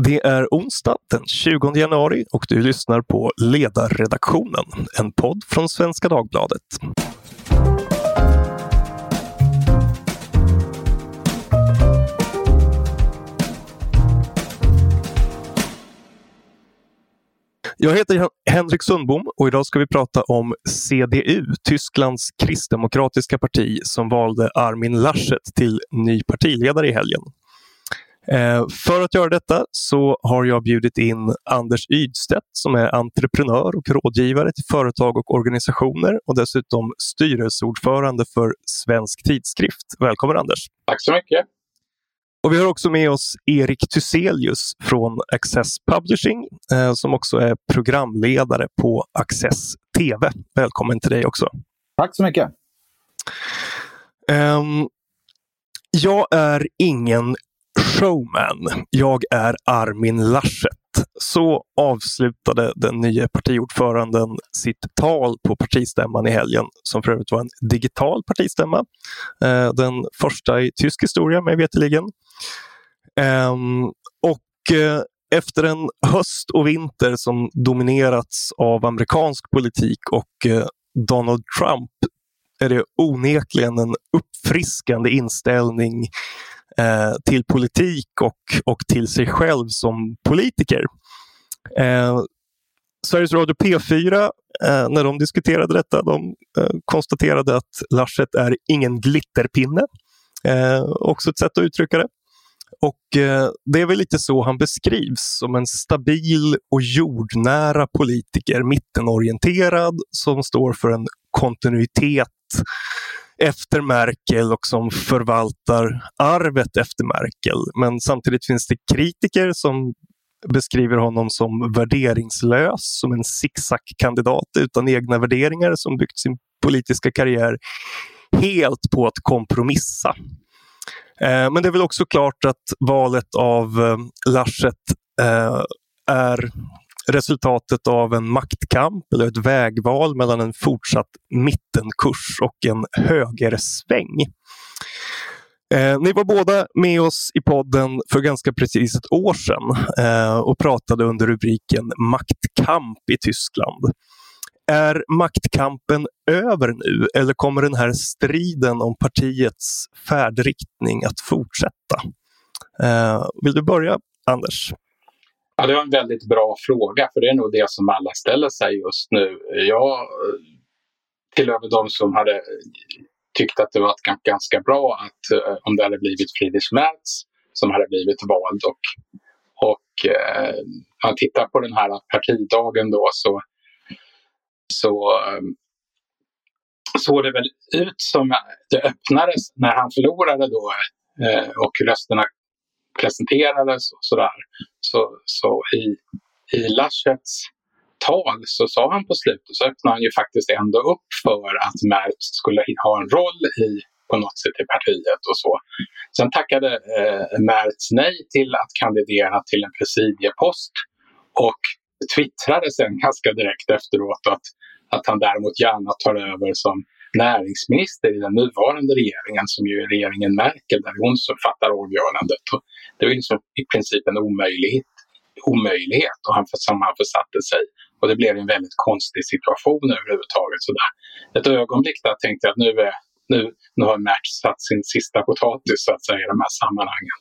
Det är onsdag den 20 januari och du lyssnar på Ledarredaktionen, en podd från Svenska Dagbladet. Jag heter Henrik Sundbom och idag ska vi prata om CDU, Tysklands kristdemokratiska parti som valde Armin Laschet till ny partiledare i helgen. För att göra detta så har jag bjudit in Anders Ydstedt som är entreprenör och rådgivare till företag och organisationer och dessutom styrelseordförande för Svensk Tidskrift. Välkommen Anders. Tack så mycket. Och vi har också med oss Erik Thyselius från Access Publishing som också är programledare på Access TV. Välkommen till dig också. Tack så mycket. Jag är ingen showman. Jag är Armin Laschet. Så avslutade den nya partiordföranden sitt tal på partistämman i helgen, som för övrigt var en digital partistämma. Den första i tysk historia, mig veterligen. Efter en höst och vinter som dominerats av amerikansk politik och Donald Trump är det onekligen en uppfriskande inställning till politik och till sig själv som politiker. Sveriges Radio P4, när de diskuterade detta, de konstaterade att Laschet är ingen glitterpinne. Också ett sätt att uttrycka det. Och det är väl lite så han beskrivs, som en stabil och jordnära politiker, mittenorienterad, som står för en kontinuitet efter Merkel och som förvaltar arvet efter Merkel. Men samtidigt finns det kritiker som beskriver honom som värderingslös, som en zigzag-kandidat utan egna värderingar som byggt sin politiska karriär helt på att kompromissa. Men det är väl också klart att valet av Laschet är resultatet av en maktkamp eller ett vägval mellan en fortsatt mittenkurs och en högersväng. Ni var båda med oss i podden för ganska precis ett år sedan och pratade under rubriken Maktkamp i Tyskland. Är maktkampen över nu eller kommer den här striden om partiets färdriktning att fortsätta? Vill du börja, Anders? Ja, det var en väldigt bra fråga, för det är nog det som alla ställer sig just nu. Jag tillhör de som hade tyckt att det var ganska bra att om det hade blivit Friedrich Merz som hade blivit vald och man tittar på den här partidagen då så såg det väl ut som det öppnades när han förlorade då och rösterna presenterades och sådär. Så i Laschets tal så sa han på slutet, så öppnade han ju faktiskt ändå upp för att Merz skulle ha en roll på något sätt i partiet och så. Sen tackade Merz nej till att kandidera till en presidiepost och twittrade sen ganska direkt efteråt att han däremot gärna tar över som näringsminister i den nuvarande regeringen, som ju är regeringen Merkel, där hon som fattar avgörandet. Och det var liksom i princip en omöjlighet och som han försatte sig. Och det blev en väldigt konstig situation överhuvudtaget. Så där. Ett ögonblick där tänkte jag att nu har Merz satt sin sista potatis så att säga i de här sammanhangen.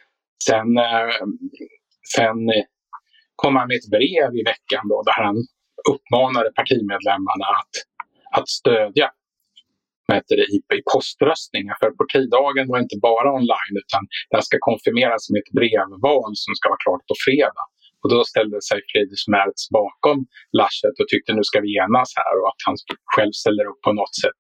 Sen kom han med ett brev i veckan då, där han uppmanade partimedlemmarna att stödja i poströstningar. För partidagen var inte bara online utan den ska konfirmeras med ett brevval som ska vara klart på fredag. Och då ställde sig Friedrich Merz bakom Laschet och tyckte nu ska vi enas här och att han själv ställer upp på något sätt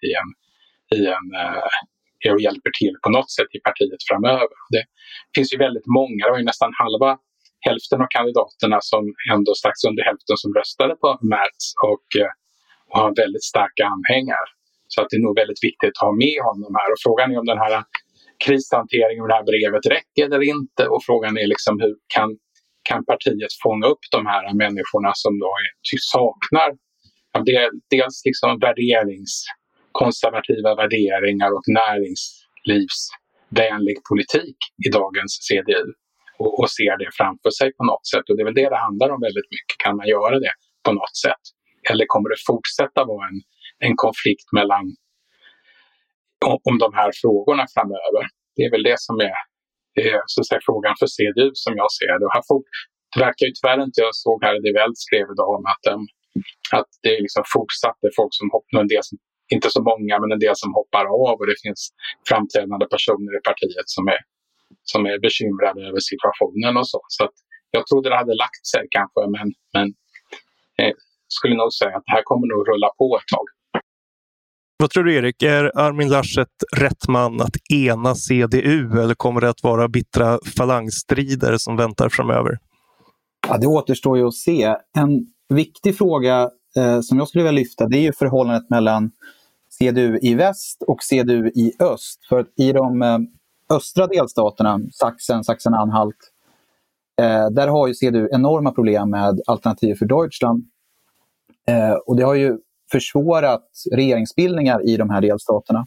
och hjälper till på något sätt i partiet framöver. Det finns ju väldigt många, det var ju nästan hälften av kandidaterna som ändå strax under hälften som röstade på Merz och har väldigt starka anhängare. Så att det är nog väldigt viktigt att ha med honom här. Och frågan är om den här krishanteringen och det här brevet räcker eller inte. Och frågan är liksom hur kan partiet fånga upp de här människorna som då saknar dels liksom konservativa värderingar och näringslivsvänlig politik i dagens CDU. och ser det framför sig på något sätt. Och det är väl det handlar om väldigt mycket. Kan man göra det på något sätt? Eller kommer det fortsätta vara en konflikt mellan om de här frågorna framöver? Det är väl det som är så att säga, frågan för CDU som jag ser det. Det verkar ju tyvärr inte, jag såg här i Die Welt skrev idag om att det är liksom fortsatte folk som hoppar, en del som, inte så många, men en del som hoppar av, och det finns framträdande personer i partiet som är bekymrade över situationen och så. Så att jag trodde det hade lagt sig kanske, men skulle nog säga att det här kommer nog rulla på ett tag. Vad tror du, Erik? Är Armin Laschet rätt man att ena CDU, eller kommer det att vara bittra falangstrider som väntar framöver? Ja, det återstår ju att se. En viktig fråga som jag skulle vilja lyfta, det är ju förhållandet mellan CDU i väst och CDU i öst. För i de östra delstaterna, Sachsen-Anhalt, där har ju CDU enorma problem med Alternativ för Deutschland. Och det har ju försvårat regeringsbildningar i de här delstaterna.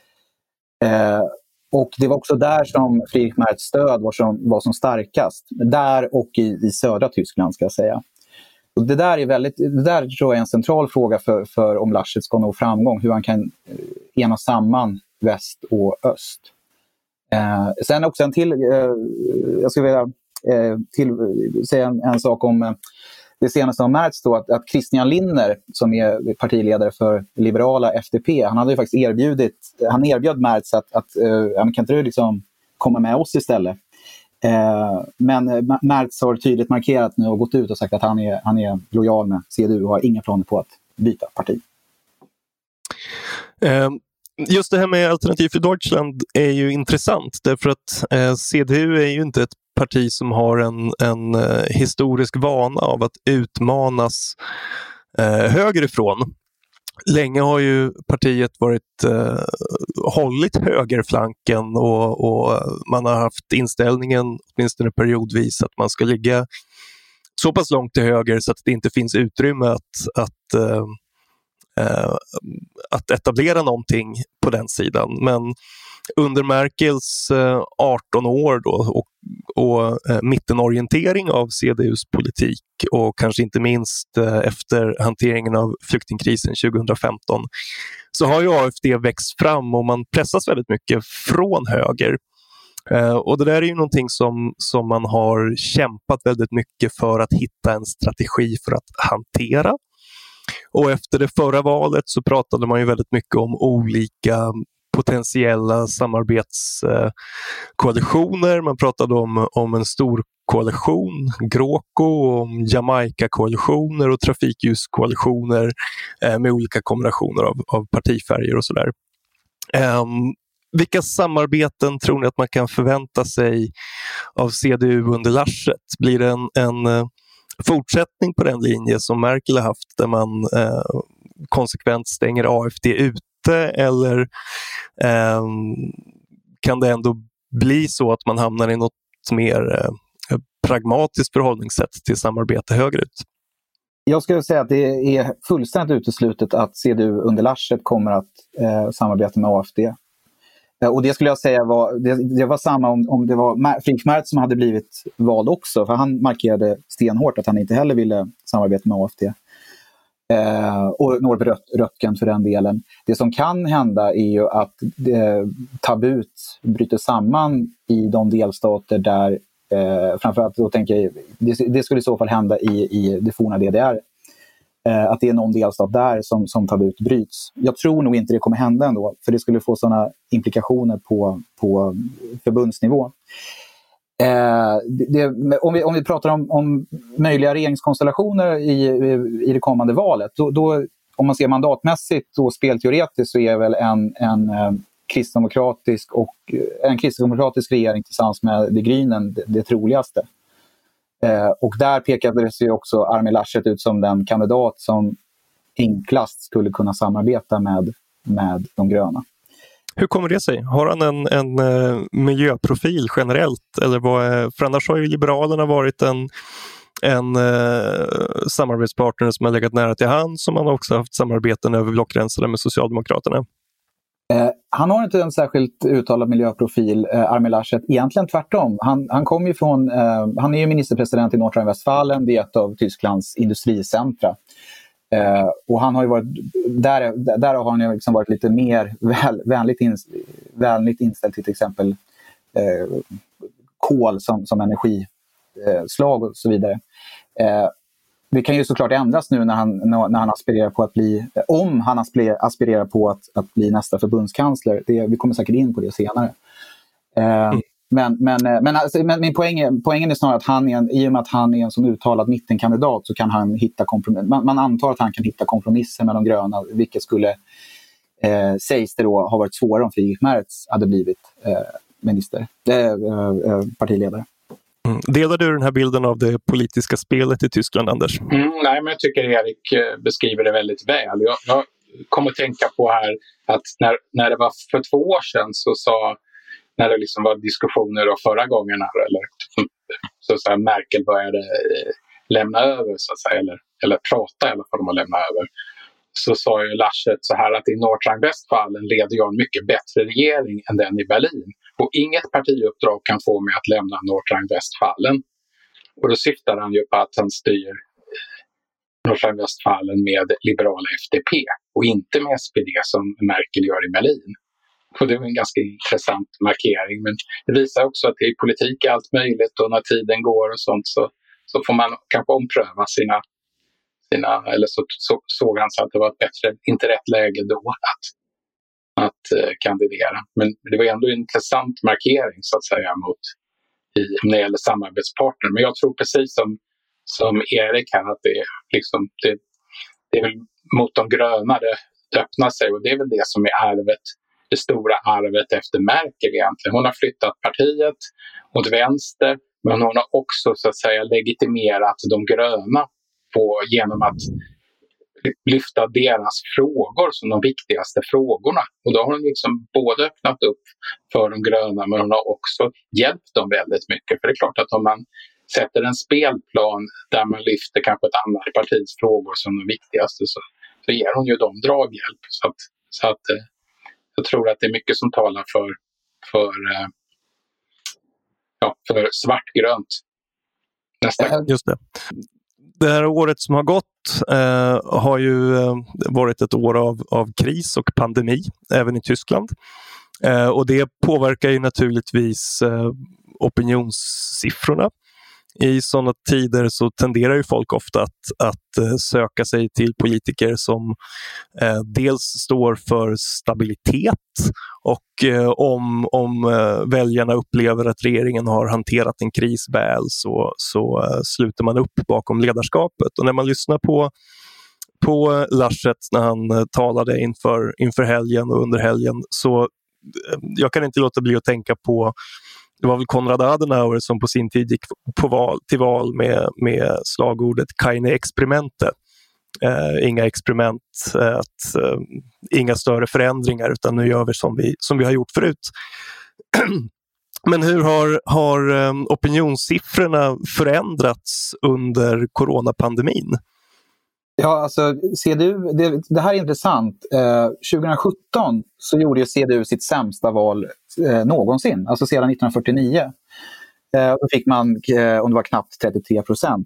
Och det var också där som Friedrich Merz stöd var som starkast. Där och i södra Tyskland, ska jag säga. Och det där tror jag är en central fråga för om Laschet ska nå framgång. Hur han kan ena samman väst och öst. Sen också jag skulle vilja säga en sak om det senaste om Merz då, att Christian Lindner, som är partiledare för liberala FDP, han hade ju faktiskt erbjöd Merz att kan inte du liksom komma med oss istället? Men Merz har tydligt markerat nu och gått ut och sagt att han är lojal med CDU och har inga planer på att byta parti. Just det här med Alternativ för Deutschland är ju intressant, därför att CDU är ju inte ett parti som har en historisk vana av att utmanas högerifrån. Länge har ju partiet hållit högerflanken och man har haft inställningen, åtminstone periodvis, att man ska ligga så pass långt till höger så att det inte finns utrymme att etablera någonting på den sidan. Men under Merkels 18 år då, och mittenorientering av CDUs politik, och kanske inte minst efter hanteringen av flyktingkrisen 2015, så har ju AfD växt fram och man pressas väldigt mycket från höger. Och det där är ju någonting som man har kämpat väldigt mycket för att hitta en strategi för att hantera. Och efter det förra valet så pratade man ju väldigt mycket om olika potentiella samarbetskoalitioner. Man pratade om en stor koalition, GroKo, om Jamaica-koalitioner och trafikljuskoalitioner med olika kombinationer av partifärger och sådär. Vilka samarbeten tror ni att man kan förvänta sig av CDU under Laschet? Blir det en fortsättning på den linje som Merkel har haft, där man konsekvent stänger AfD ute, eller kan det ändå bli så att man hamnar i något mer pragmatiskt förhållningssätt till samarbete högerut? Jag skulle säga att det är fullständigt uteslutet att CDU under Laschet kommer att samarbeta med AfD. Och det skulle jag säga det var samma om det var Friedrich Merz som hade blivit vald också. För han markerade stenhårt att han inte heller ville samarbeta med AfD. Och Norbert Röttgen för den delen. Det som kan hända är ju att tabut bryter samman i de delstater där framförallt då tänker jag, det skulle i så fall hända i det forna DDR. Att det är någon delstat där som tabut bryts. Jag tror nog inte det kommer hända ändå, för det skulle få sådana implikationer på förbundsnivå. Om vi pratar om möjliga regeringskonstellationer i det kommande valet, då om man ser mandatmässigt och spelteoretiskt, så är väl en kristdemokratisk regering tillsammans med De Grünen det troligaste. Och där pekade sig också Armin Laschet ut som den kandidat som enklast skulle kunna samarbeta med de gröna. Hur kommer det sig? Har han en miljöprofil generellt? Eller för annars har ju Liberalerna varit en samarbetspartner som har legat nära till hand, som man också haft samarbeten över blockgränserna med Socialdemokraterna. Han har inte en särskilt uttalad miljöprofil, Armin Laschet. Egentligen tvärtom. Han kommer ju från, han är ju ministerpresident i Nordrhein-Westfalen. Det är ett av Tysklands industricentra. Och han har ju varit, där har han ju liksom varit lite mer vänligt inställd till exempel kol som energislag och så vidare. Det kan ju såklart ändras nu när han aspirerar på att bli, om han aspirerar på att bli nästa förbundskansler. Vi kommer säkert in på det senare. Men min poängen är snarare att i och med att han är en som uttalad mittenkandidat så kan han hitta kompromisser. Man antar att han kan hitta kompromisser med de gröna, vilket skulle sägs det då ha varit svårare om Friedrich Merz hade blivit partiledare. Delar du den här bilden av det politiska spelet i Tyskland, Anders? Nej, men jag tycker Erik beskriver det väldigt väl. Jag kommer att tänka på här att när det var för 2 år sedan när det liksom var diskussioner då förra gången här, eller så att säga, Merkel började lämna över så att säga, eller prata i alla fall om att lämna över, så sa ju Laschet så här att i Nordrhein-Westfalen leder jag en mycket bättre regering än den i Berlin. Och inget partiuppdrag kan få mig att lämna Nordrhein-Westfalen. Och då syftar han ju på att han styr Nordrhein-Westfalen med liberala FDP och inte med SPD som Merkel gör i Berlin. Och det är en ganska intressant markering. Men det visar också att i politik är allt möjligt och när tiden går och sånt så får man kanske ompröva sina eller så såg han så att det var ett bättre, inte rätt läge då att kandidera. Men det var ändå en intressant markering så att säga när det gäller samarbetspartner. Men jag tror precis som Erik här att det är väl mot de gröna det öppnar sig, och det är väl det som är det stora arvet efter Merkel egentligen. Hon har flyttat partiet åt vänster, men hon har också så att säga legitimerat de gröna genom att lyfta deras frågor som de viktigaste frågorna. Och då har hon liksom både öppnat upp för de gröna, men hon har också hjälpt dem väldigt mycket. För det är klart att om man sätter en spelplan där man lyfter kanske ett annat partis frågor som de viktigaste så ger hon ju dem draghjälp. Så att jag tror att det är mycket som talar för svartgrönt nästa gång. Just det. Det här året som har gått har ju varit ett år av kris och pandemi, även i Tyskland. Och det påverkar ju naturligtvis opinionssiffrorna. I sådana tider så tenderar ju folk ofta att söka sig till politiker som dels står för stabilitet, och om väljarna upplever att regeringen har hanterat en kris väl så sluter man upp bakom ledarskapet. Och när man lyssnar på Laschet när han talade inför helgen och under helgen, så jag kan inte låta bli att tänka på, det var väl Konrad Adenauer som på sin tid gick till val med slagordet Keine Experimente. Inga experiment, inga större förändringar, utan nu gör vi som vi har gjort förut. Men hur har opinionssiffrorna förändrats under coronapandemin? Ja, alltså CDU, det här är intressant. 2017 så gjorde ju CDU sitt sämsta val någonsin, alltså sedan 1949. Då fick man, om det var knappt 33%.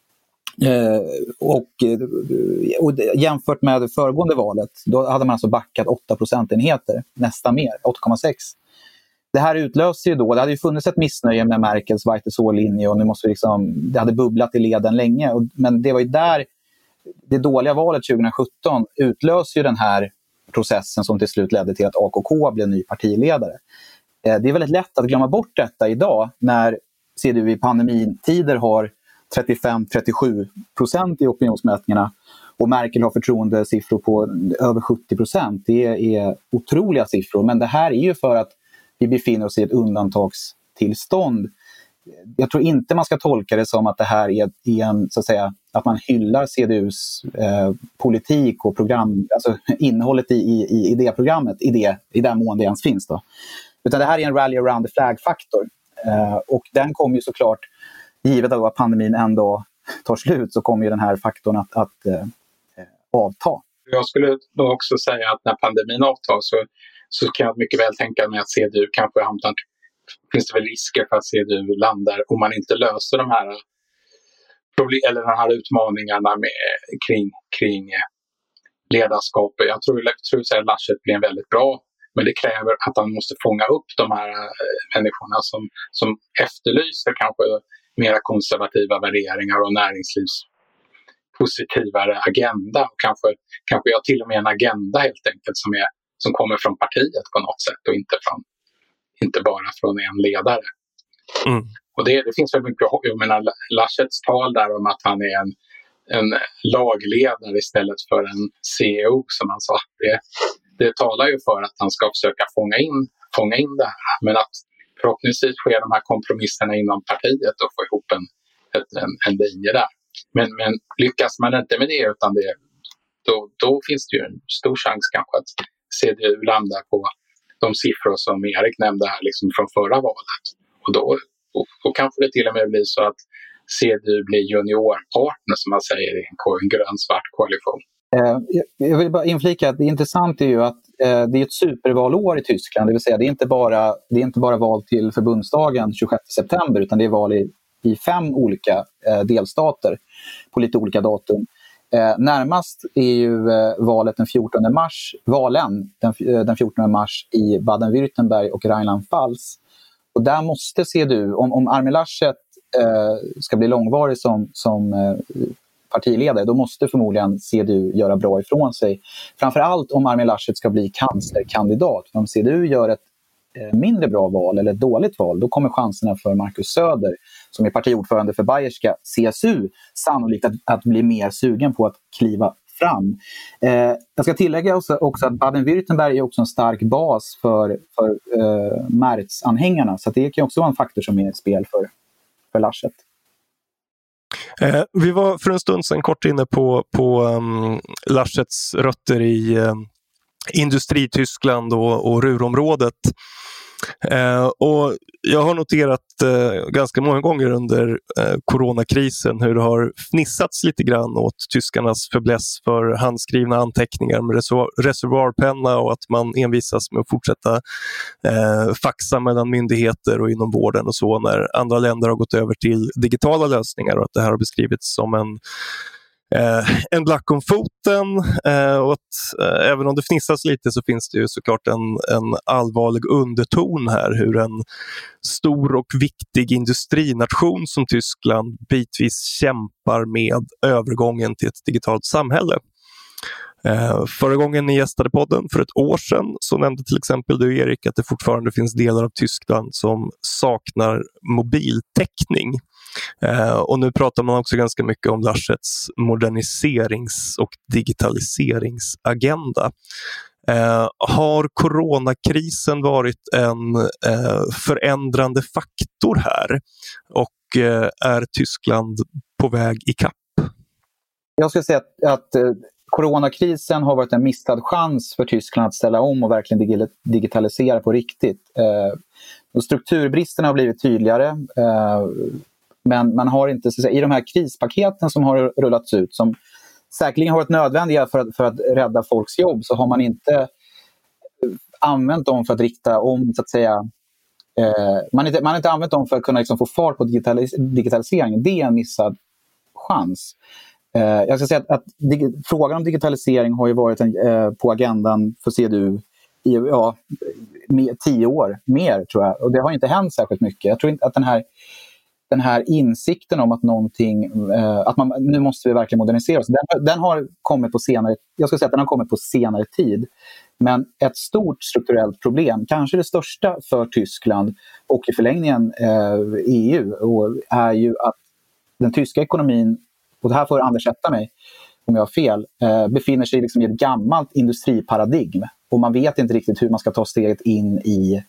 Och jämfört med föregående valet, då hade man alltså backat 8 procentenheter, nästan mer, 8,6. Det här utlöste ju då, det hade ju funnits ett missnöje med Merkels Weite Så-linje, och nu måste det hade bubblat i leden länge. Men det var ju där det dåliga valet 2017 utlöste ju den här processen som till slut ledde till att AKK blev ny partiledare. Det är väldigt lätt att glömma bort detta idag när CDU i pandemitider har 35-37% i opinionsmätningarna och Merkel har förtroendesiffror på över 70%. Det är otroliga siffror, men det här är ju för att vi befinner oss i ett undantagstillstånd. Jag tror inte man ska tolka det som att det här är så att säga, att man hyllar CDUs politik och program, alltså innehållet i idéprogrammet i den mån det ens finns då. Utan det här är en rally around the flag-faktor. Och den kommer ju såklart, givet att pandemin ändå tar slut, så kommer ju den här faktorn att avta. Jag skulle då också säga att när pandemin avtar så kan jag mycket väl tänka mig att CDU kanske hamnar, finns det väl risker för att CDU landar om man inte löser de här problem eller de här utmaningarna kring ledarskapet. Jag tror att Laschet blir en väldigt bra, men det kräver att han måste fånga upp de här människorna som efterlyser kanske mera konservativa värderingar och näringslivspositivare agenda. Och kanske till och med en agenda helt enkelt som kommer från partiet på något sätt och inte bara från en ledare. Mm. Och det finns väl mycket, jag menar Laschets tal där om att han är en lagledare istället för en CEO som han sa. Det talar ju för att han ska försöka fånga in det här. Men att förhoppningsvis sker de här kompromisserna inom partiet och få ihop en linje där. Men lyckas man inte med det utan då finns det ju en stor chans kanske att CDU landar på de siffror som Erik nämnde här liksom från förra valet. Och då kanske det till och med blir så att CDU blir juniorpartner som man säger i en grön-svart koalition. Jag vill bara inflika att det intressanta är ju att det är ett supervalår i Tyskland. Det vill säga det är inte bara val till förbundsdagen 26 september utan det är val i 5 olika delstater på lite olika datum. Närmast är ju valet den 14 mars, den 14 mars i Baden-Württemberg och Rheinland-Pfalz. Och där måste CDU, om Armin Laschet ska bli långvarig som partiledare, då måste förmodligen CDU göra bra ifrån sig. Framförallt om Armin Laschet ska bli kanslerkandidat. Om CDU gör ett mindre bra val eller ett dåligt val, då kommer chanserna för Markus Söder, som är partiordförande för Bayerska CSU, sannolikt att bli mer sugen på att kliva fram. Jag ska tillägga också att Baden-Württemberg är också en stark bas för Merz-anhängarna, så det kan också vara en faktor som är ett spel för Laschet. Vi var för en stund sedan kort inne på Laschets rötter i Industrityskland och Ruhrområdet. Och jag har noterat ganska många gånger under coronakrisen hur det har fnissats lite grann åt tyskarnas fäbless för handskrivna anteckningar med reservoarpenna och att man envisas med att fortsätta faxa mellan myndigheter och inom vården och så när andra länder har gått över till digitala lösningar och att det här har beskrivits som en black om foten och att även om det fnissas lite så finns det ju såklart en allvarlig underton här hur en stor och viktig industrination som Tyskland bitvis kämpar med övergången till ett digitalt samhälle. Förra gången ni gästade podden för ett år sedan så nämnde till exempel du Erik att det fortfarande finns delar av Tyskland som saknar mobiltäckning. Och nu pratar man också ganska mycket om Laschets moderniserings- och digitaliseringsagenda. Har coronakrisen varit en förändrande faktor här och är Tyskland på väg i kapp? Jag skulle säga att coronakrisen har varit en missad chans för Tyskland att ställa om och verkligen digitalisera på riktigt. Strukturbristerna har blivit tydligare. Men man har inte, så att säga, i de här krispaketen som har rullats ut, som säkerligen har varit nödvändiga för att rädda folks jobb, så har man inte använt dem för att rikta om, så att säga. Man har inte använt dem för att kunna liksom få fart på digitaliseringen. Det är en missad chans. Jag ska säga att frågan om digitalisering har ju varit på agendan för CDU i 10 år mer, tror jag. Och det har inte hänt särskilt mycket. Jag tror inte att den här insikten om att nu måste vi verkligen modernisera oss, den har kommit på senare, jag ska säga att den har kommit på senare tid. Men ett stort strukturellt problem, kanske det största för Tyskland och i förlängningen EU, är ju att den tyska ekonomin, och det här får Anders rätta mig om jag har fel, befinner sig liksom i ett gammalt industriparadigm. Och man vet inte riktigt hur man ska ta steget in i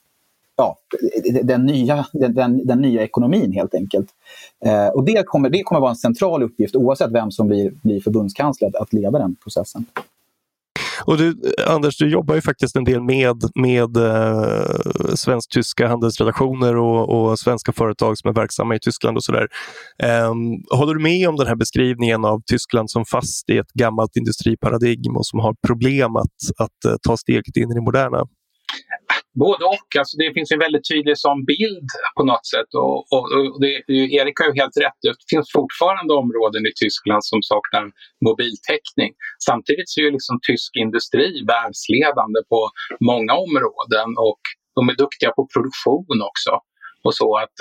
den nya ekonomin helt enkelt. Och det kommer vara en central uppgift oavsett vem som blir förbundskansler att leda den processen. Och Anders, du jobbar ju faktiskt en del med svensk-tyska handelsrelationer och svenska företag som är verksamma i Tyskland och sådär. Håller du med om den här beskrivningen av Tyskland som fast i ett gammalt industriparadigm och som har problem att ta steget in i det moderna? både och. Alltså det finns en väldigt tydlig sån bild på något sätt. Och Erik har ju helt rätt. Det finns fortfarande områden i Tyskland som saknar mobiltäckning. Samtidigt så är ju liksom tysk industri världsledande på många områden. Och de är duktiga på produktion också. Och så att,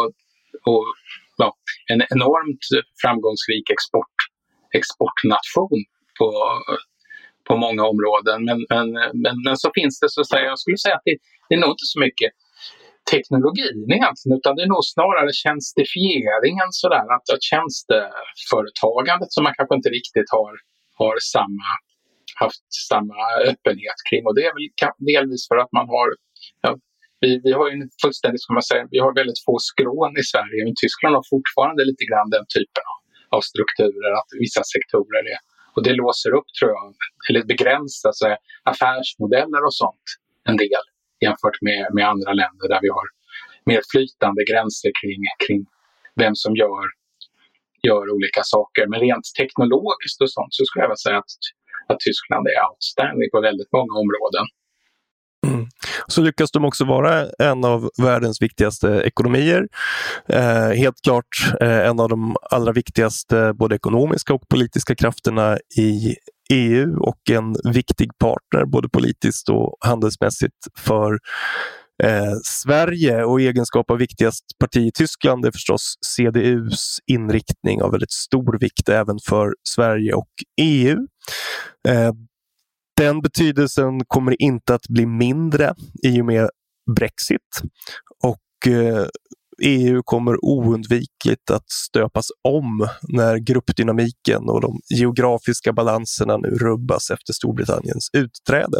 en enormt framgångsrik exportnation på många områden. Men så finns det, så att säga, jag skulle säga att det är nog inte så mycket teknologin egentligen, utan det är nog snarare tjänstifieringen sådär, att tjänsteföretagandet som man kanske inte riktigt har haft samma öppenhet kring, och det är väl delvis för att man har vi har ju en fullständigt, ska man säga, vi har väldigt få skrån i Sverige, men Tyskland har fortfarande lite grann den typen av strukturer, att vissa sektorer är. Och det låser upp, tror jag, eller begränsar sig affärsmodeller och sånt en del jämfört med andra länder där vi har mer flytande gränser kring vem som gör olika saker. Men rent teknologiskt och sånt så skulle jag vilja säga att Tyskland är outstanding på väldigt många områden. Så lyckas de också vara en av världens viktigaste ekonomier. Helt klart en av de allra viktigaste både ekonomiska och politiska krafterna i EU, och en viktig partner både politiskt och handelsmässigt för Sverige. Och i egenskap av viktigast parti i Tyskland är förstås CDUs inriktning av väldigt stor vikt även för Sverige och EU. Den betydelsen kommer inte att bli mindre i och med Brexit, och EU kommer oundvikligt att stöpas om när gruppdynamiken och de geografiska balanserna nu rubbas efter Storbritanniens utträde.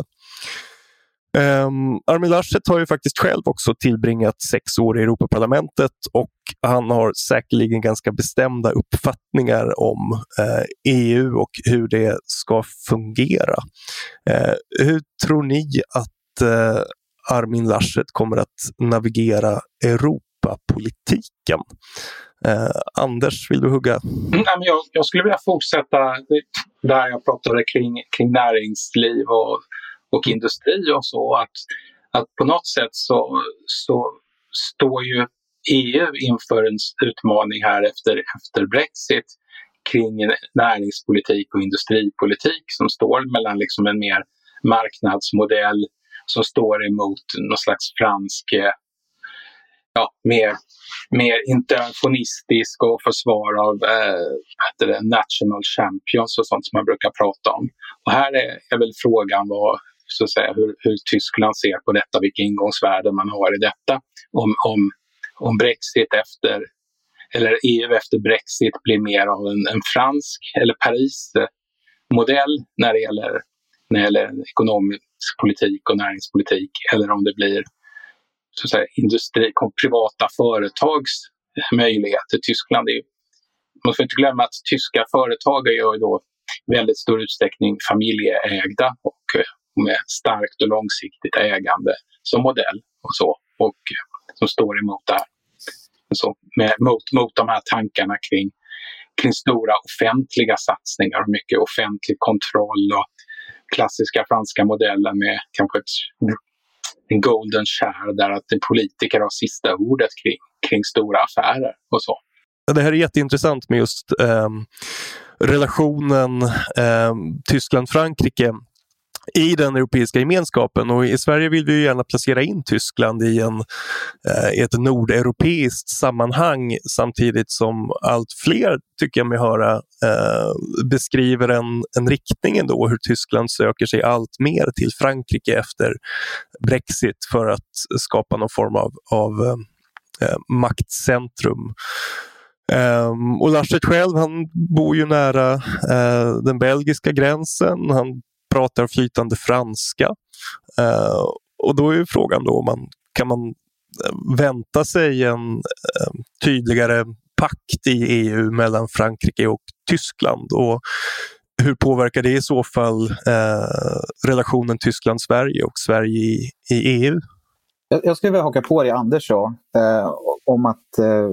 Armin Laschet har ju faktiskt själv också tillbringat 6 år i Europaparlamentet, och han har säkerligen ganska bestämda uppfattningar om EU och hur det ska fungera. Hur tror ni att Armin Laschet kommer att navigera Europapolitiken? Anders, vill du hugga? Jag skulle vilja fortsätta där jag pratade kring näringsliv och industri och så, att på något sätt så står ju EU inför en utmaning här efter Brexit kring näringspolitik och industripolitik som står mellan liksom en mer marknadsmodell som står emot någon slags fransk mer interventionistisk och försvar av national champions och sånt som man brukar prata om. Och här är väl frågan så att säga, hur Tyskland ser på detta, vilka ingångsvärden man har i detta. Om Brexit eller EU efter Brexit blir mer av en fransk eller Paris-modell när det gäller ekonomisk politik och näringspolitik, eller om det blir så att säga, privata företags möjligheter. Tyskland man får inte glömma att tyska företag är ju då väldigt stor utsträckning familjeägda och med starkt och långsiktigt ägande som modell och så, och som står emot det här. Så, mot de här tankarna kring stora offentliga satsningar och mycket offentlig kontroll och klassiska franska modellen med kanske en golden share där att en politiker har sista ordet kring stora affärer och så. Det här är jätteintressant med just relationen Tyskland-Frankrike i den europeiska gemenskapen, och i Sverige vill vi ju gärna placera in Tyskland i ett nordeuropeiskt sammanhang, samtidigt som allt fler, tycker jag mig höra, beskriver en riktning ändå hur Tyskland söker sig allt mer till Frankrike efter Brexit för att skapa någon form av maktcentrum. Och Laschet själv, han bor ju nära den belgiska gränsen, han pratar flytande franska, och då är ju frågan då kan man vänta sig en tydligare pakt i EU mellan Frankrike och Tyskland, och hur påverkar det i så fall relationen Tyskland-Sverige och Sverige i EU? Jag skulle vilja haka på det Anders sa om att,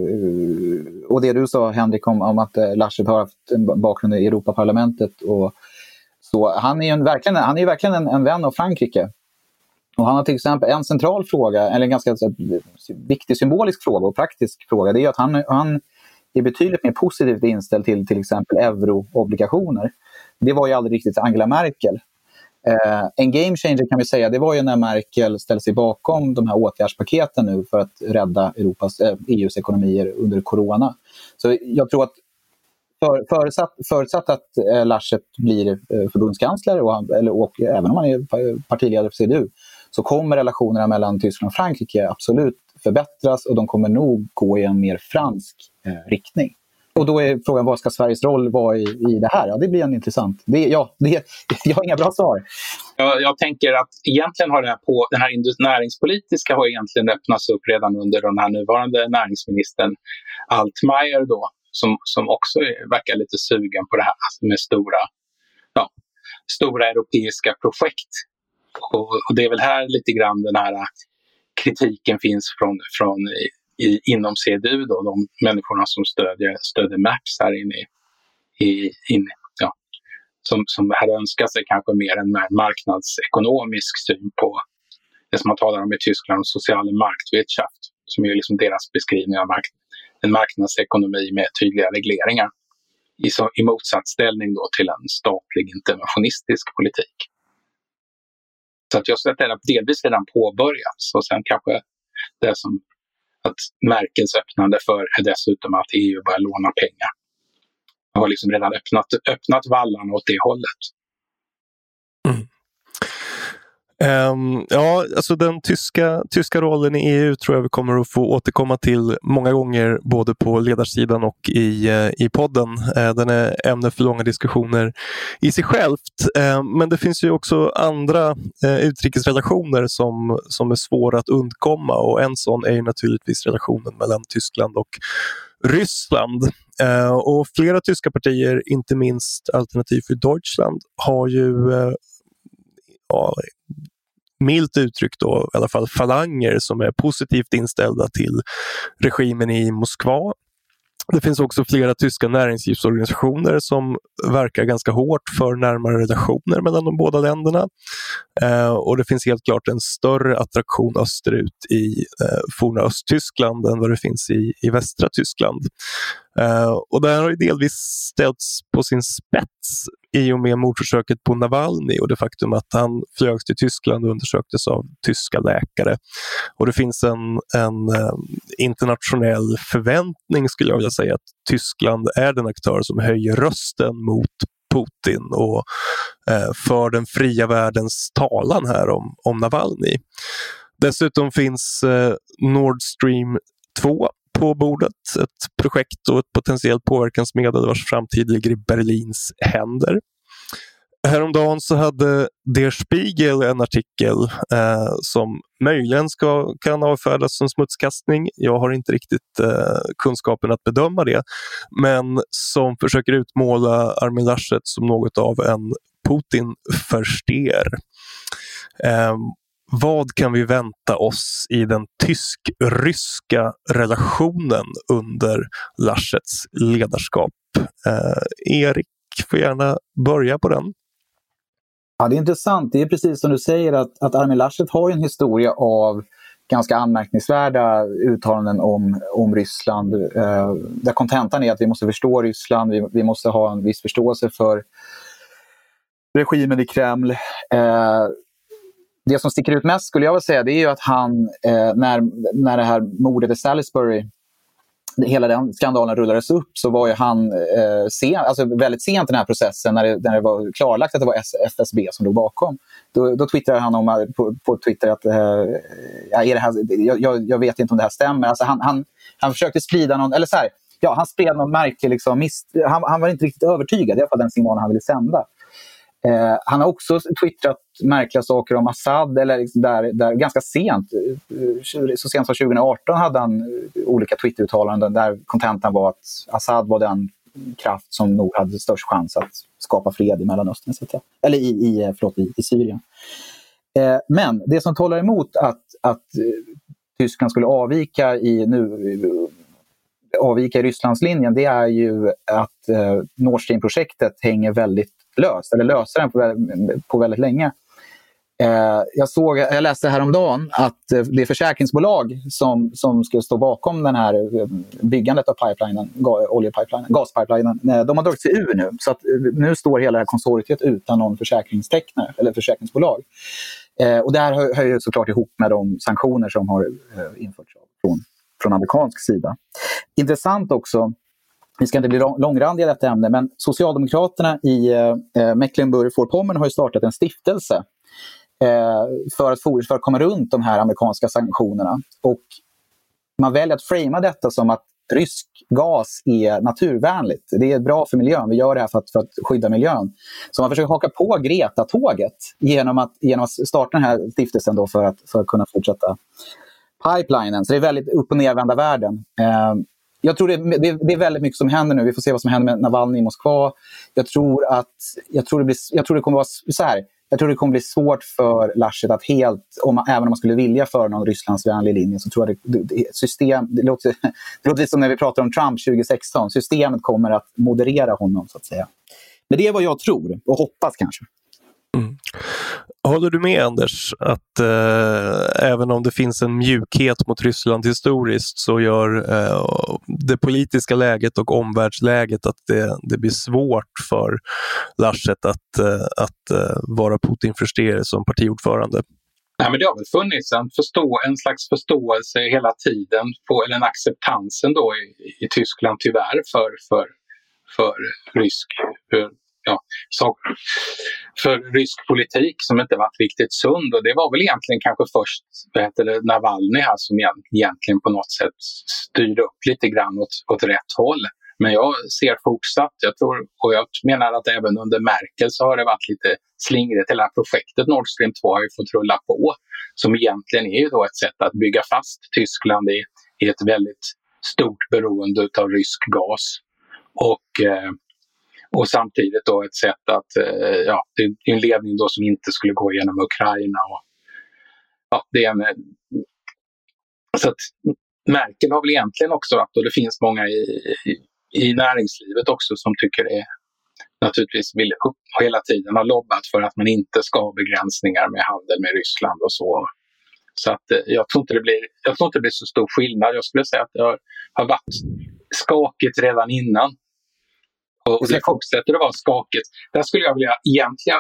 och det du sa Henrik om att Laschet har haft en bakgrund i Europaparlamentet, och så han är ju verkligen en vän av Frankrike. Och han har till exempel en central fråga, eller en ganska viktig symbolisk fråga och praktisk fråga, det är att han är betydligt mer positivt inställd till exempel euroobligationer. Det var ju aldrig riktigt Angela Merkel. En game changer kan vi säga, det var ju när Merkel ställde sig bakom de här åtgärdspaketen nu för att rädda EUs ekonomier under corona. Så jag tror att förutsatt att Laschet blir förbundskansler och även om han är partiledare för CDU, så kommer relationerna mellan Tyskland och Frankrike absolut förbättras och de kommer nog gå i en mer fransk riktning. Och då är frågan, vad ska Sveriges roll vara i det här? Ja, det blir en intressant. Jag har inga bra svar. Jag tänker att egentligen har den här näringspolitiska har egentligen öppnats upp redan under den här nuvarande näringsministern Altmaier då, som också verkar lite sugen på det här med stora europeiska projekt. Och det är väl här lite grann den här kritiken finns från inom CDU då, de människorna som stödjer Merz här inne som hade önskat sig kanske mer en marknadsekonomisk syn på det som man talar om i Tyskland, social Marktwirtschaft, som är liksom deras beskrivning av en marknadsekonomi med tydliga regleringar i motsatsställning då till en statlig interventionistisk politik. Så att jag ser att det delvis redan påbörjats och sen kanske det som att Merkels öppnande för är dessutom att EU börjar låna pengar. Jag har liksom redan öppnat vallarna åt det hållet. Ja, alltså den tyska rollen i EU tror jag vi kommer att få återkomma till många gånger både på ledarsidan och i podden. Den är ämne för långa diskussioner i sig självt. Men det finns ju också andra utrikesrelationer som är svåra att undkomma och en sån är ju naturligtvis relationen mellan Tyskland och Ryssland. Och flera tyska partier, inte minst Alternativ för Deutschland, har ju milt uttryckt då, i alla fall falanger som är positivt inställda till regimen i Moskva. Det finns också flera tyska näringslivsorganisationer som verkar ganska hårt för närmare relationer mellan de båda länderna. Och det finns helt klart en större attraktion österut i forna Östtyskland än vad det finns i västra Tyskland. Och det här har ju delvis ställts på sin spets i och med mordförsöket på Navalny och det faktum att han flögs till Tyskland och undersöktes av tyska läkare. Och det finns en internationell förväntning, skulle jag vilja säga, att Tyskland är den aktör som höjer rösten mot Putin och för den fria världens talan här om Navalny. Dessutom finns Nord Stream 2 på bordet, ett projekt och ett potentiellt påverkansmedel vars framtid ligger i Berlins händer. Häromdagen så hade Der Spiegel en artikel som möjligen kan avfärdas som smutskastning. Jag har inte riktigt kunskapen att bedöma det, men som försöker utmåla Armin Laschet som något av en Putin-förster. Vad kan vi vänta oss i den tysk-ryska relationen under Laschets ledarskap? Erik får gärna börja på den. Ja, det är intressant. Det är precis som du säger att Armin Laschet har en historia av ganska anmärkningsvärda uttalanden om Ryssland. Där kontentan är att vi måste förstå Ryssland, vi måste ha en viss förståelse för regimen i Kreml. Det som sticker ut mest skulle jag vilja säga, det är ju att han, när det här mordet i Salisbury, hela den skandalen rullades upp, så var ju han väldigt sent i den här processen när det var klarlagt att det var FSB som låg bakom. Då twittrade han på Twitter att är det här, jag vet inte om det här stämmer. Alltså han försökte sprida någon, eller så här, ja, han spred någon märklig liksom, han var inte riktigt övertygad, i alla fall den signalen han ville sända. Han har också twittrat märkliga saker om Assad, eller liksom där ganska sent, så sent som 2018 hade han olika Twitter-uttalanden där kontentan var att Assad var den kraft som nog hade störst chans att skapa fred i Mellanöstern, eller i Syrien. Men det som talar emot att Tyskland skulle avvika i Rysslandslinjen, det är ju att Nord Stream-projektet hänger väldigt löst, eller löser den på väldigt länge. Jag läste häromdagen att det försäkringsbolag som ska stå bakom den här byggandet av gaspipelinen, de har dragit sig ur nu. Så att nu står hela det här konsortiet utan någon försäkringstecknare eller försäkringsbolag. Och det här hör ju såklart ihop med de sanktioner som har införts från amerikansk sida. Intressant också, vi ska inte bli långrandiga i detta ämne, men Socialdemokraterna i Mecklenburg-Vorpommern har ju startat en stiftelse för att komma runt de här amerikanska sanktionerna. Och man väljer att framea detta som att rysk gas är naturvänligt. Det är bra för miljön. Vi gör det här för att skydda miljön. Så man försöker haka på Greta-tåget genom att starta den här stiftelsen då för att kunna fortsätta pipelinen. Så det är väldigt upp- och nervända världen. Jag tror det är väldigt mycket som händer nu. Vi får se vad som händer med Navalny i Moskva. Jag tror det kommer vara så här. Jag tror det kommer bli svårt för Laschet att även om man skulle vilja föra någon Rysslandsvänlig linje, så tror jag det låter lite som när vi pratar om Trump 2016. Systemet kommer att moderera honom, så att säga. Men det är vad jag tror och hoppas kanske. Mm. Håller du med, Anders, att även om det finns en mjukhet mot Ryssland historiskt, så gör det politiska läget och omvärldsläget att det blir svårt för Laschet att vara Putin-förstående som partiordförande? Nej, men det har väl funnits en slags förståelse hela tiden, eller en acceptans ändå i Tyskland tyvärr för rysk för rysk politik som inte varit riktigt sund. Och det var väl egentligen kanske först Navalny här som egentligen på något sätt styrde upp lite grann åt rätt håll. Men jag ser fortsatt, jag menar att även under Merkel så har det varit lite slingrigt. Hela projektet Nord Stream 2 har ju fått rulla på, som egentligen är ju då ett sätt att bygga fast Tyskland i ett väldigt stort beroende av rysk gas. Och samtidigt då ett sätt att, det är en ledning då som inte skulle gå genom Ukraina. Så att Merkel har väl egentligen också varit, och det finns många i näringslivet också som tycker det naturligtvis vill hela tiden ha lobbat för att man inte ska ha begränsningar med handel med Ryssland och så. Så att jag tror inte det blir så stor skillnad. Jag skulle säga att det har varit skakigt redan innan. Och det fortsätter att vara skakigt. Där skulle jag vilja egentligen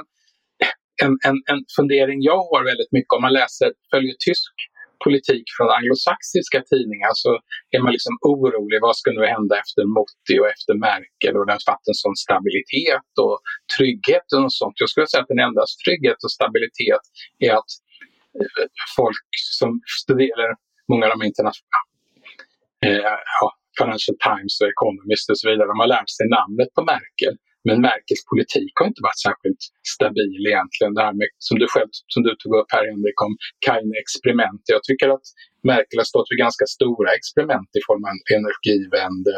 en fundering jag har väldigt mycket om man följer tysk politik från anglosaxiska tidningar, så är man liksom orolig. Vad ska nu hända efter Motti och efter Merkel, och den fattar en sån stabilitet och trygghet och sånt. Jag skulle säga att den enda trygghet och stabilitet är att folk som studerar många av de internationella Financial Times och Economist och så vidare, de har lärt sig namnet på Merkel. Men Merkels politik har inte varit särskilt stabil egentligen. Det här med, som du tog upp här, Henrik, om Kaine-experiment. Jag tycker att Merkel har stått för ganska stora experiment i form av energivände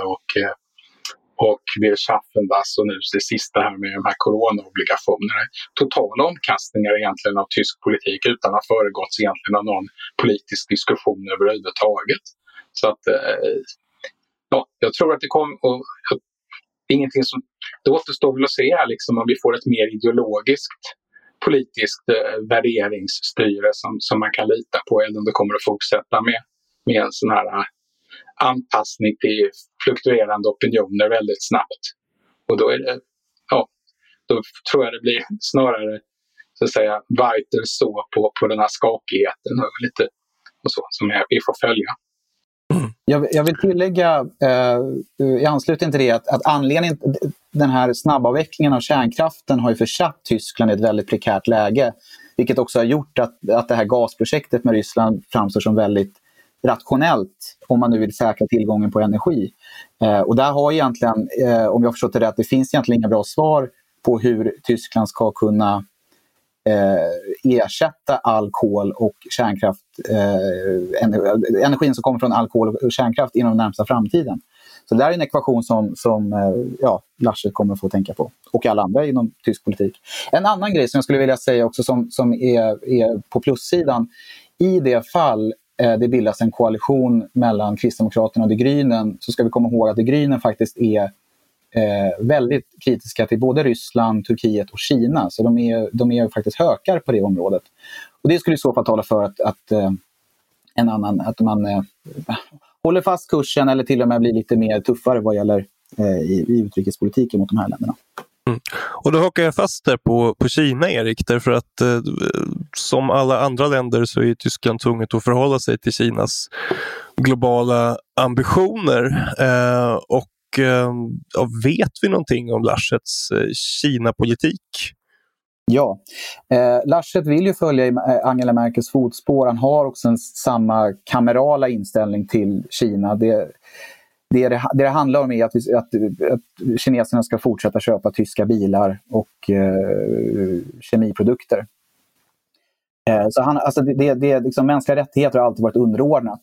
och Wirtschaftswunder, och nu det sista här med de här coronaobligationerna. Totala omkastningar egentligen av tysk politik utan att ha föregåtts egentligen av någon politisk diskussion överhuvudtaget. Så att jag tror att det kommer, och ingenting som, det återstår väl att se här liksom, om vi får ett mer ideologiskt politiskt värderingsstyre som man kan lita på, eller om det kommer att fortsätta med en sån här anpassning till fluktuerande opinioner väldigt snabbt. Och då är det, då tror jag det blir snarare, så att säga, weiter så på den här skakigheten och lite och så som vi får följa. Jag vill tillägga i anslutning till det att anledningen, den här snabbavvecklingen av kärnkraften har ju försatt Tyskland i ett väldigt prekärt läge, vilket också har gjort att det här gasprojektet med Ryssland framstår som väldigt rationellt om man nu vill säkra tillgången på energi. Och där har egentligen, om jag förstått det rätt, det finns egentligen inga bra svar på hur Tyskland ska kunna ersätta all kol och kärnkraft, energin som kommer från all kol och kärnkraft inom den närmsta framtiden. Så det är en ekvation som Laschet kommer att få tänka på, och alla andra inom tysk politik. En annan grej som jag skulle vilja säga också som är på plussidan, i det fall det bildas en koalition mellan Kristdemokraterna och De Grünen, så ska vi komma ihåg att De Grünen faktiskt är väldigt kritiska till både Ryssland, Turkiet och Kina. Så de är faktiskt hökar på det området. Och det skulle i så fall tala för att man håller fast kursen eller till och med blir lite mer tuffare vad gäller i utrikespolitiken mot de här länderna. Mm. Och då hakar jag fast där på Kina, Erik, därför att som alla andra länder så är Tyskland tvunget att förhålla sig till Kinas globala ambitioner. Vet vi någonting om Laschets Kina-politik? Ja, Laschet vill ju följa Angela Merkels fotspår. Han har också samma kamerala inställning till Kina. Det handlar om är att kineserna ska fortsätta köpa tyska bilar och kemiprodukter. Så liksom, mänskliga rättigheter har alltid varit underordnat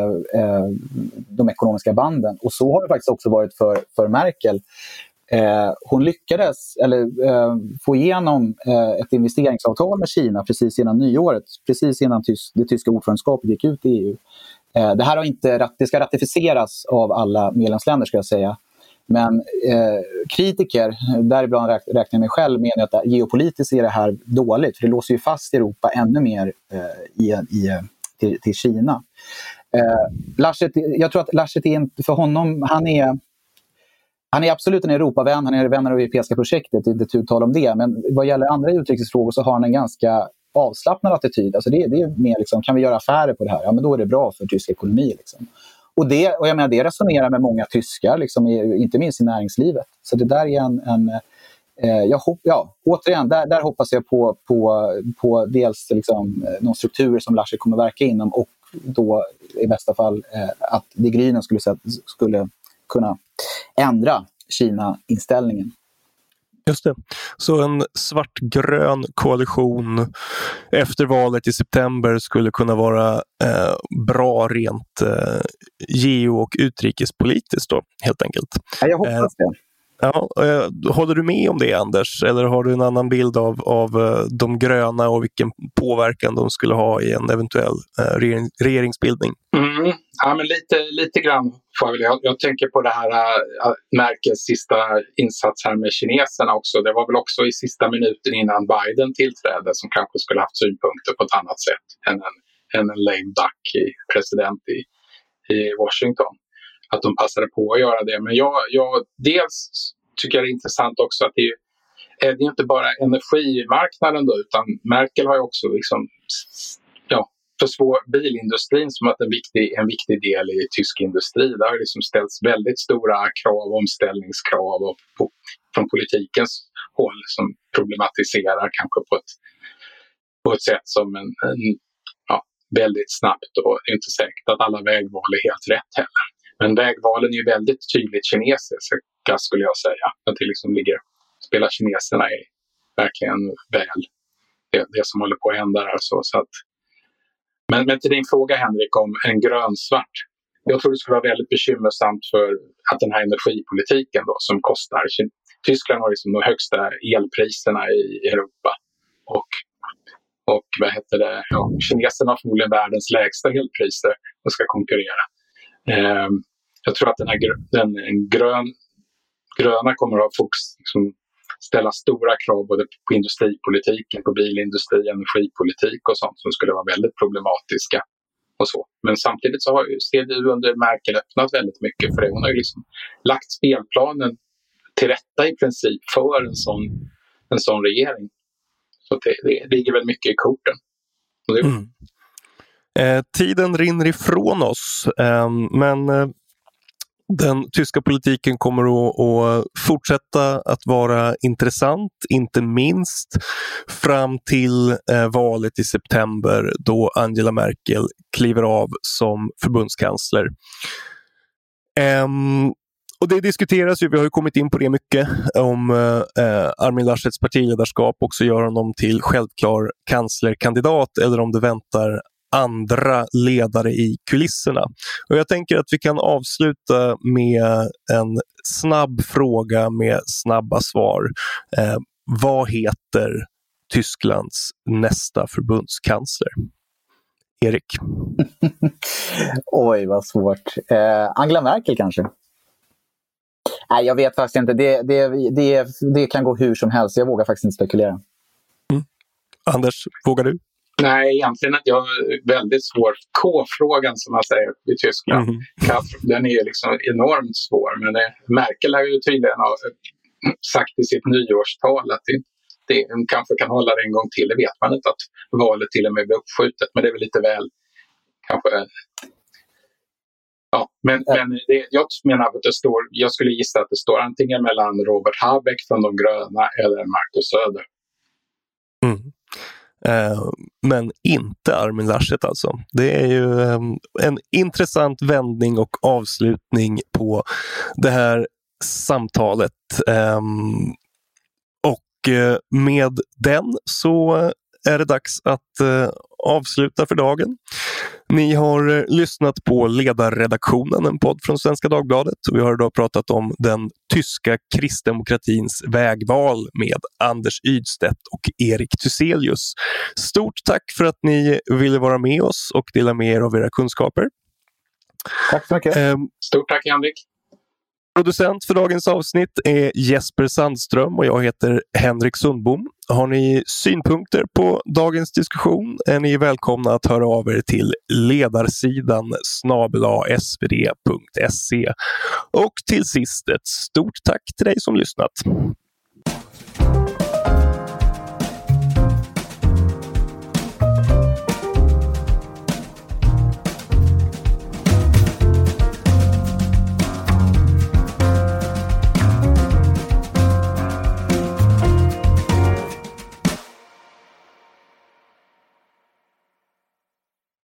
de ekonomiska banden. Och så har det faktiskt också varit för Merkel. Hon lyckades få igenom ett investeringsavtal med Kina precis innan nyåret, precis innan det tyska ordförandeskapet gick ut i EU. Det här det ska ratificeras av alla medlemsländer, ska jag säga. Men kritiker, däribland räknar jag mig själv, menar att geopolitiskt är det här dåligt. För det låser ju fast Europa ännu mer till Kina. Jag tror att Laschet för honom, han är absolut en Europavän, han är vän av det europeiska projektet, det är inte uttal om det. Men vad gäller andra utrikesfrågor så har han en ganska avslappnad attityd. Alltså det är mer liksom, kan vi göra affärer på det här? Ja, men då är det bra för tysk ekonomi. Liksom. Och jag menar, det resonerar med många tyskar, liksom, inte minst i näringslivet. Så det där är återigen, där hoppas jag på dels liksom, någon struktur som Laschet kommer verka inom, och då i bästa fall att de Grünen skulle kunna ändra Kina-inställningen. Just det. Så en svartgrön koalition efter valet i september skulle kunna vara bra rent geo- och utrikespolitiskt då, helt enkelt. Ja, jag hoppas det. Ja, håller du med om det, Anders? Eller har du en annan bild av de gröna och vilken påverkan de skulle ha i en eventuell regeringsbildning? Ja, men lite grann. Jag tänker på det här Merkels sista insats här med kineserna också. Det var väl också i sista minuten innan Biden tillträdde som kanske skulle haft synpunkter på ett annat sätt än en lame duck president i Washington. Att de passade på att göra det. Men jag dels tycker jag det är intressant också att det är inte bara energimarknaden då, utan Merkel har ju också liksom, försvårat bilindustrin som att en viktig del i tysk industri. Där har liksom ställts väldigt stora omställningskrav från politikens håll som problematiserar kanske på ett sätt som väldigt snabbt, och det är inte säkert att alla vägval är helt rätt heller. Men vägvalen är ju väldigt tydligt kinesiska, skulle jag säga. Att det liksom spelar kineserna i verkligen väl det som håller på att hända där. Så att, men till din fråga, Henrik, om en grönsvart. Jag tror det skulle vara väldigt bekymmersamt för att den här energipolitiken då, som kostar. Tyskland har liksom de högsta elpriserna i Europa. Och kineserna har förmodligen världens lägsta elpriser och ska konkurrera. Jag tror att den gröna kommer att liksom ställa stora krav både på industripolitiken, på bilindustri, energipolitik och sånt som skulle vara väldigt problematiska och så. Men samtidigt så har ju CDU under Merkel öppnat väldigt mycket för det. Hon har ju liksom lagt spelplanen till rätta i princip för en sån regering. Så det ligger väl mycket i korten. Tiden rinner ifrån oss, men den tyska politiken kommer att fortsätta att vara intressant, inte minst fram till valet i september då Angela Merkel kliver av som förbundskansler. Och det diskuteras ju, vi har ju kommit in på det mycket, om Armin Laschets partiledarskap också gör honom till självklar kanslerkandidat eller om det väntar andra ledare i kulisserna. Och jag tänker att vi kan avsluta med en snabb fråga med snabba svar. Vad heter Tysklands nästa förbundskansler? Erik? Oj, vad svårt. Angela Merkel kanske? Nej, jag vet faktiskt inte. Det kan gå hur som helst. Jag vågar faktiskt inte spekulera. Anders, vågar du? Nej, egentligen att jag är väldigt svår. K-frågan som man säger i Tyskland. Den är liksom enormt svår. Men Merkel har ju tydligen sagt i sitt nyårstal att det kanske kan hålla det en gång till. Det vet man inte, att valet till och med blir uppskjutet. Men det är väl lite väl kanske... Ja, men jag menar att det står, jag skulle gissa att det står antingen mellan Robert Habeck från de gröna eller Markus Söder. Men inte Armin Laschet alltså. Det är ju en intressant vändning och avslutning på det här samtalet. Och med den så är det dags att avsluta för dagen. Ni har lyssnat på Ledarredaktionen, en podd från Svenska Dagbladet. Vi har idag pratat om den tyska kristdemokratins vägval med Anders Ydstedt och Erik Thyselius. Stort tack för att ni ville vara med oss och dela med er av era kunskaper. Tack så mycket. Stort tack, Henrik. Producent för dagens avsnitt är Jesper Sandström och jag heter Henrik Sundbom. Har ni synpunkter på dagens diskussion är ni välkomna att höra av er till ledarsidan @svd.se. Och till sist ett stort tack till dig som lyssnat.